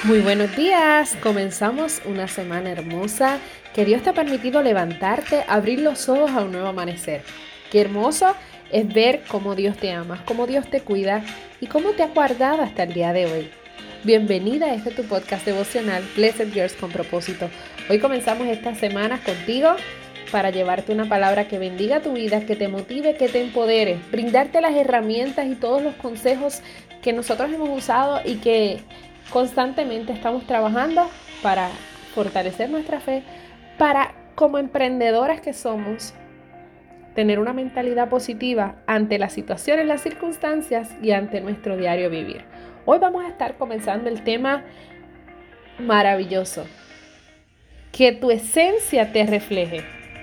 Muy buenos días, comenzamos una semana hermosa que Dios te ha permitido levantarte, abrir los ojos a un nuevo amanecer. Qué hermoso es ver cómo Dios te ama, cómo Dios te cuida y cómo te ha guardado hasta el día de hoy. Bienvenida a este tu podcast devocional Blessed Girls con propósito. Hoy comenzamos esta semana contigo para llevarte una palabra que bendiga tu vida, que te motive, que te empodere, brindarte las herramientas y todos los consejos que nosotros hemos usado y que constantemente estamos trabajando para fortalecer nuestra fe, para, como emprendedoras que somos, tener una mentalidad positiva ante las situaciones, las circunstancias y ante nuestro diario vivir. Hoy vamos a estar comenzando el tema maravilloso, que tu esencia te refleje.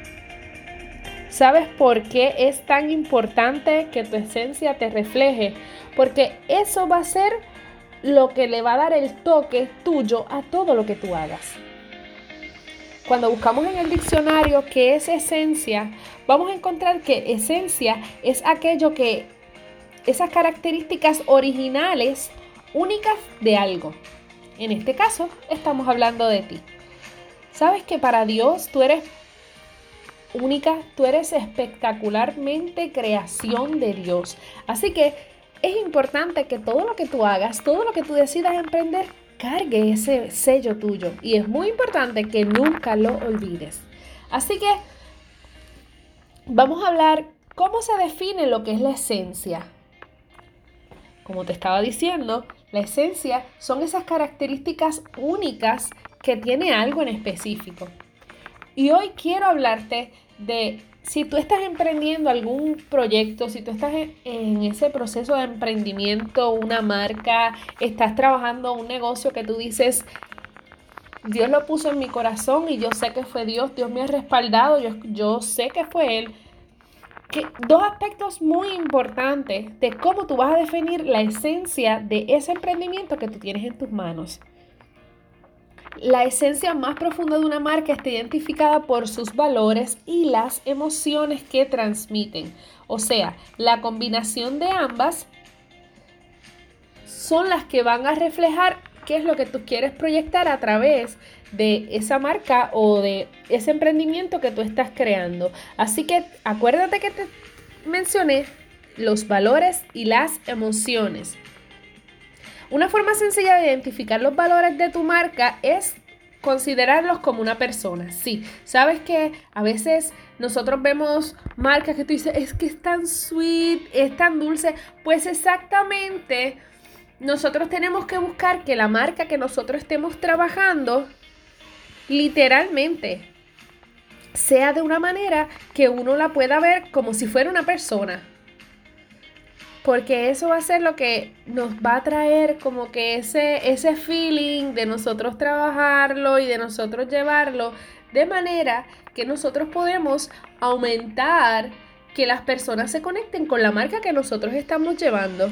¿Sabes por qué es tan importante que tu esencia te refleje? Porque eso va a ser lo que le va a dar el toque tuyo a todo lo que tú hagas. Cuando buscamos en el diccionario qué es esencia, vamos a encontrar que esencia es aquello que, esas características originales, únicas de algo. En este caso, estamos hablando de ti. ¿Sabes que para Dios tú eres única, tú eres espectacularmente creación de Dios? Así que es importante que todo lo que tú hagas, todo lo que tú decidas emprender, cargue ese sello tuyo. Y es muy importante que nunca lo olvides. Así que vamos a hablar cómo se define lo que es la esencia. Como te estaba diciendo, la esencia son esas características únicas que tiene algo en específico. Y hoy quiero hablarte de si tú estás emprendiendo algún proyecto, si tú estás en ese proceso de emprendimiento, una marca, estás trabajando un negocio que tú dices, Dios lo puso en mi corazón y yo sé que fue Dios, Dios me ha respaldado, yo sé que fue Él. Dos aspectos muy importantes de cómo tú vas a definir la esencia de ese emprendimiento que tú tienes en tus manos. La esencia más profunda de una marca está identificada por sus valores y las emociones que transmiten. O sea, la combinación de ambas son las que van a reflejar qué es lo que tú quieres proyectar a través de esa marca o de ese emprendimiento que tú estás creando. Así que acuérdate que te mencioné los valores y las emociones. Una forma sencilla de identificar los valores de tu marca es considerarlos como una persona. Sí, sabes que a veces nosotros vemos marcas que tú dices, es que es tan sweet, es tan dulce. Pues exactamente, nosotros tenemos que buscar que la marca que nosotros estemos trabajando, literalmente, sea de una manera que uno la pueda ver como si fuera una persona. Porque eso va a ser lo que nos va a traer como que ese feeling de nosotros trabajarlo y de nosotros llevarlo de manera que nosotros podemos aumentar que las personas se conecten con la marca que nosotros estamos llevando.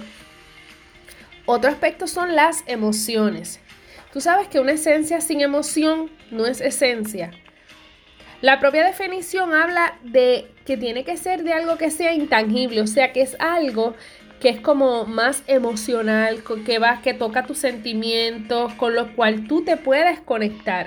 Otro aspecto son las emociones. Tú sabes que una esencia sin emoción no es esencia. La propia definición habla de que tiene que ser de algo que sea intangible, o sea, que es algo que es como más emocional, que toca tus sentimientos, con lo cual tú te puedes conectar.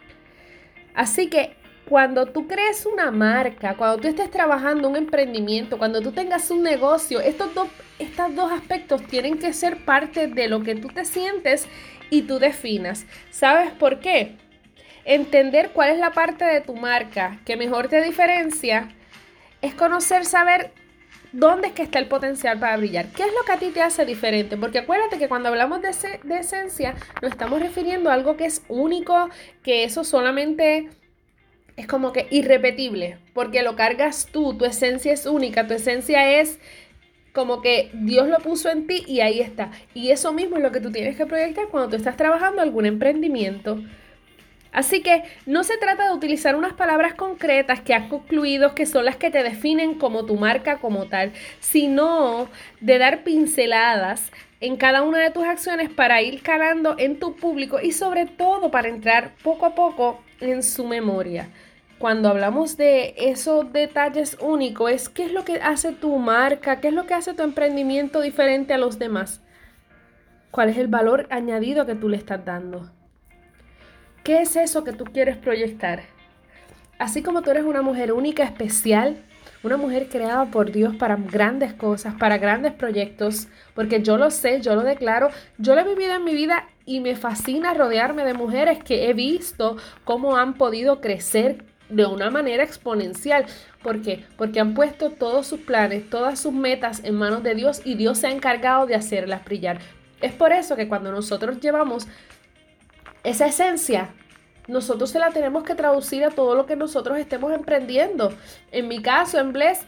Así que cuando tú crees una marca, cuando tú estés trabajando un emprendimiento, cuando tú tengas un negocio, estos dos aspectos tienen que ser parte de lo que tú te sientes y tú definas. ¿Sabes por qué? Entender cuál es la parte de tu marca que mejor te diferencia es conocer, saber dónde es que está el potencial para brillar. ¿Qué es lo que a ti te hace diferente? Porque acuérdate que cuando hablamos de esencia, nos estamos refiriendo a algo que es único, que eso solamente es como que irrepetible, porque lo cargas tú, tu esencia es única, tu esencia es como que Dios lo puso en ti y ahí está. Y eso mismo es lo que tú tienes que proyectar cuando tú estás trabajando algún emprendimiento. Así que no se trata de utilizar unas palabras concretas que has concluido que son las que te definen como tu marca como tal, sino de dar pinceladas en cada una de tus acciones para ir calando en tu público y sobre todo para entrar poco a poco en su memoria. Cuando hablamos de esos detalles únicos, es qué es lo que hace tu marca, qué es lo que hace tu emprendimiento diferente a los demás. ¿Cuál es el valor añadido que tú le estás dando? ¿Qué es eso que tú quieres proyectar? Así como tú eres una mujer única, especial, una mujer creada por Dios para grandes cosas, para grandes proyectos, porque yo lo sé, yo lo declaro, yo lo he vivido en mi vida y me fascina rodearme de mujeres que he visto cómo han podido crecer de una manera exponencial. ¿Por qué? Porque han puesto todos sus planes, todas sus metas en manos de Dios y Dios se ha encargado de hacerlas brillar. Es por eso que cuando nosotros llevamos esa esencia, nosotros se la tenemos que traducir a todo lo que nosotros estemos emprendiendo. En mi caso, en Bless,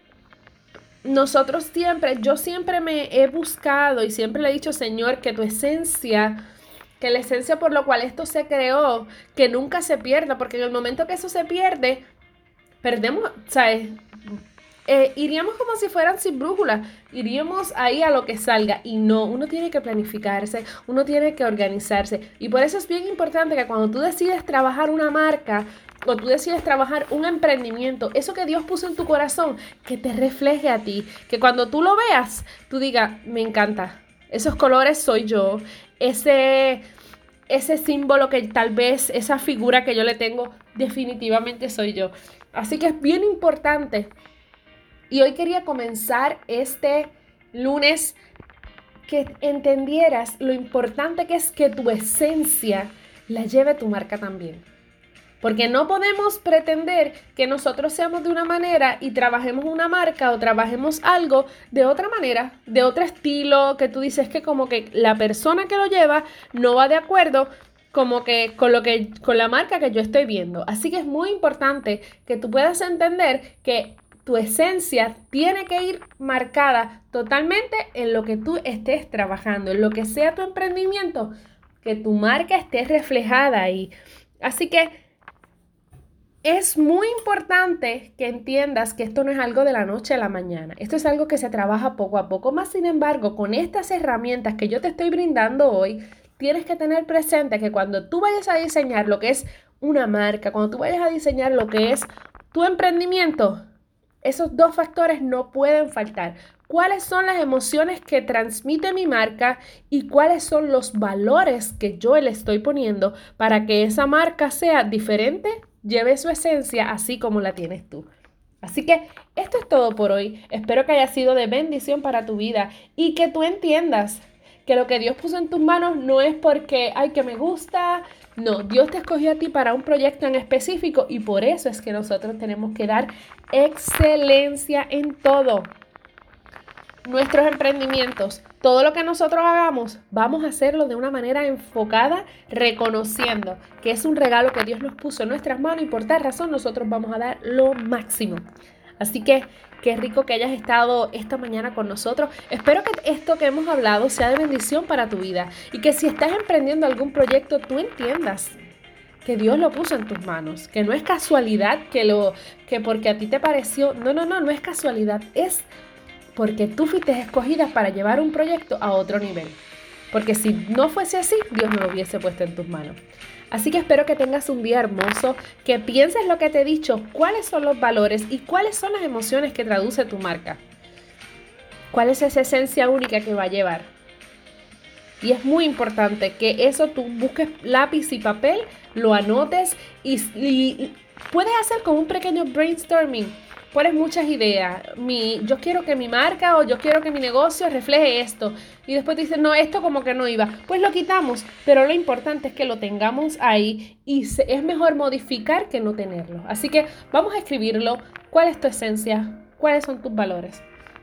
yo siempre me he buscado y siempre le he dicho, Señor, que tu esencia, que la esencia por lo cual esto se creó, que nunca se pierda, porque en el momento que eso se pierde, perdemos, ¿sabes? Iríamos como si fueran sin brújula, iríamos ahí a lo que salga y no, uno tiene que planificarse, uno tiene que organizarse y por eso es bien importante que cuando tú decides trabajar una marca o tú decides trabajar un emprendimiento, eso que Dios puso en tu corazón, que te refleje a ti, que cuando tú lo veas, tú digas, me encanta, esos colores soy yo, ese símbolo que tal vez, esa figura que yo le tengo, definitivamente soy yo. Así que es bien importante. Y hoy quería comenzar este lunes que entendieras lo importante que es que tu esencia la lleve tu marca también. Porque no podemos pretender que nosotros seamos de una manera y trabajemos una marca o trabajemos algo de otra manera, de otro estilo, que tú dices que como que la persona que lo lleva no va de acuerdo como que con la marca que yo estoy viendo. Así que es muy importante que tú puedas entender que tu esencia tiene que ir marcada totalmente en lo que tú estés trabajando, en lo que sea tu emprendimiento, que tu marca esté reflejada ahí. Así que es muy importante que entiendas que esto no es algo de la noche a la mañana. Esto es algo que se trabaja poco a poco. Más sin embargo, con estas herramientas que yo te estoy brindando hoy, tienes que tener presente que cuando tú vayas a diseñar lo que es una marca, cuando tú vayas a diseñar lo que es tu emprendimiento, esos dos factores no pueden faltar. ¿Cuáles son las emociones que transmite mi marca y cuáles son los valores que yo le estoy poniendo para que esa marca sea diferente, lleve su esencia así como la tienes tú? Así que esto es todo por hoy. Espero que haya sido de bendición para tu vida y que tú entiendas que lo que Dios puso en tus manos no es porque, ay, que me gusta. No, Dios te escogió a ti para un proyecto en específico y por eso es que nosotros tenemos que dar excelencia en todo. Nuestros emprendimientos, todo lo que nosotros hagamos, vamos a hacerlo de una manera enfocada, reconociendo que es un regalo que Dios nos puso en nuestras manos y por tal razón nosotros vamos a dar lo máximo. Así que qué rico que hayas estado esta mañana con nosotros. Espero que esto que hemos hablado sea de bendición para tu vida y que si estás emprendiendo algún proyecto tú entiendas que Dios lo puso en tus manos, que no es casualidad que porque a ti te pareció, no es casualidad, es porque tú fuiste escogida para llevar un proyecto a otro nivel. Porque si no fuese así, Dios no lo hubiese puesto en tus manos. Así que espero que tengas un día hermoso, que pienses lo que te he dicho, cuáles son los valores y cuáles son las emociones que traduce tu marca. ¿Cuál es esa esencia única que va a llevar? Y es muy importante que eso tú busques lápiz y papel, lo anotes y puedes hacer como un pequeño brainstorming. Pones muchas ideas. Yo quiero que mi marca o yo quiero que mi negocio refleje esto. Y después te dicen, no, esto como que no iba. Pues lo quitamos. Pero lo importante es que lo tengamos ahí y es mejor modificar que no tenerlo. Así que vamos a escribirlo. ¿Cuál es tu esencia? ¿Cuáles son tus valores?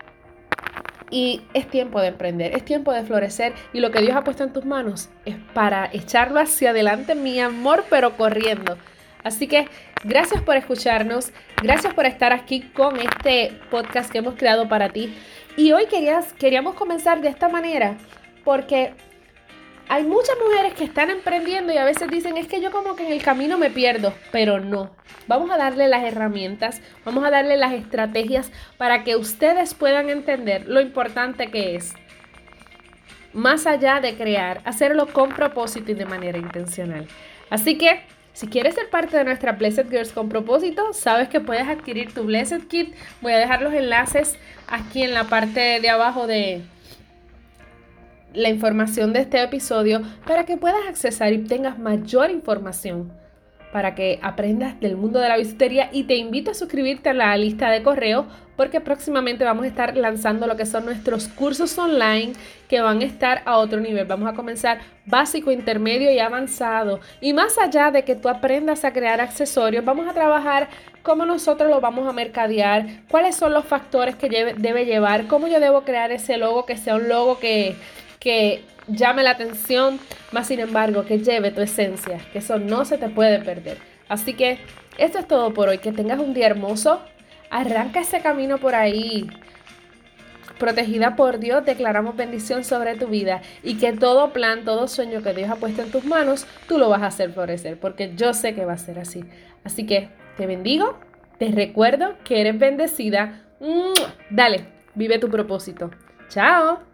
Y es tiempo de emprender, es tiempo de florecer y lo que Dios ha puesto en tus manos es para echarlo hacia adelante, mi amor, pero corriendo. Así que gracias por escucharnos, gracias por estar aquí con este podcast que hemos creado para ti. Y hoy queríamos comenzar de esta manera porque hay muchas mujeres que están emprendiendo y a veces dicen, es que yo como que en el camino me pierdo, pero no. Vamos a darle las herramientas, vamos a darle las estrategias para que ustedes puedan entender lo importante que es. Más allá de crear, hacerlo con propósito y de manera intencional. Así que, si quieres ser parte de nuestra Blessed Girls con propósito, sabes que puedes adquirir tu Blessed Kit. Voy a dejar los enlaces aquí en la parte de abajo de la información de este episodio para que puedas accesar y tengas mayor información, para que aprendas del mundo de la bisutería, y te invito a suscribirte a la lista de correo porque próximamente vamos a estar lanzando lo que son nuestros cursos online que van a estar a otro nivel. Vamos a comenzar básico, intermedio y avanzado. Y más allá de que tú aprendas a crear accesorios, vamos a trabajar cómo nosotros lo vamos a mercadear, cuáles son los factores que debe llevar, cómo yo debo crear ese logo que sea un logo que llame la atención, más sin embargo que lleve tu esencia, que eso no se te puede perder. Así que esto es todo por hoy. Que tengas un día hermoso. Arranca ese camino por ahí. Protegida por Dios, declaramos bendición sobre tu vida, y que todo plan, todo sueño que Dios ha puesto en tus manos, tú lo vas a hacer florecer, porque yo sé que va a ser así. Así que te bendigo, te recuerdo que eres bendecida. ¡Mua! Dale, vive tu propósito. ¡Chao!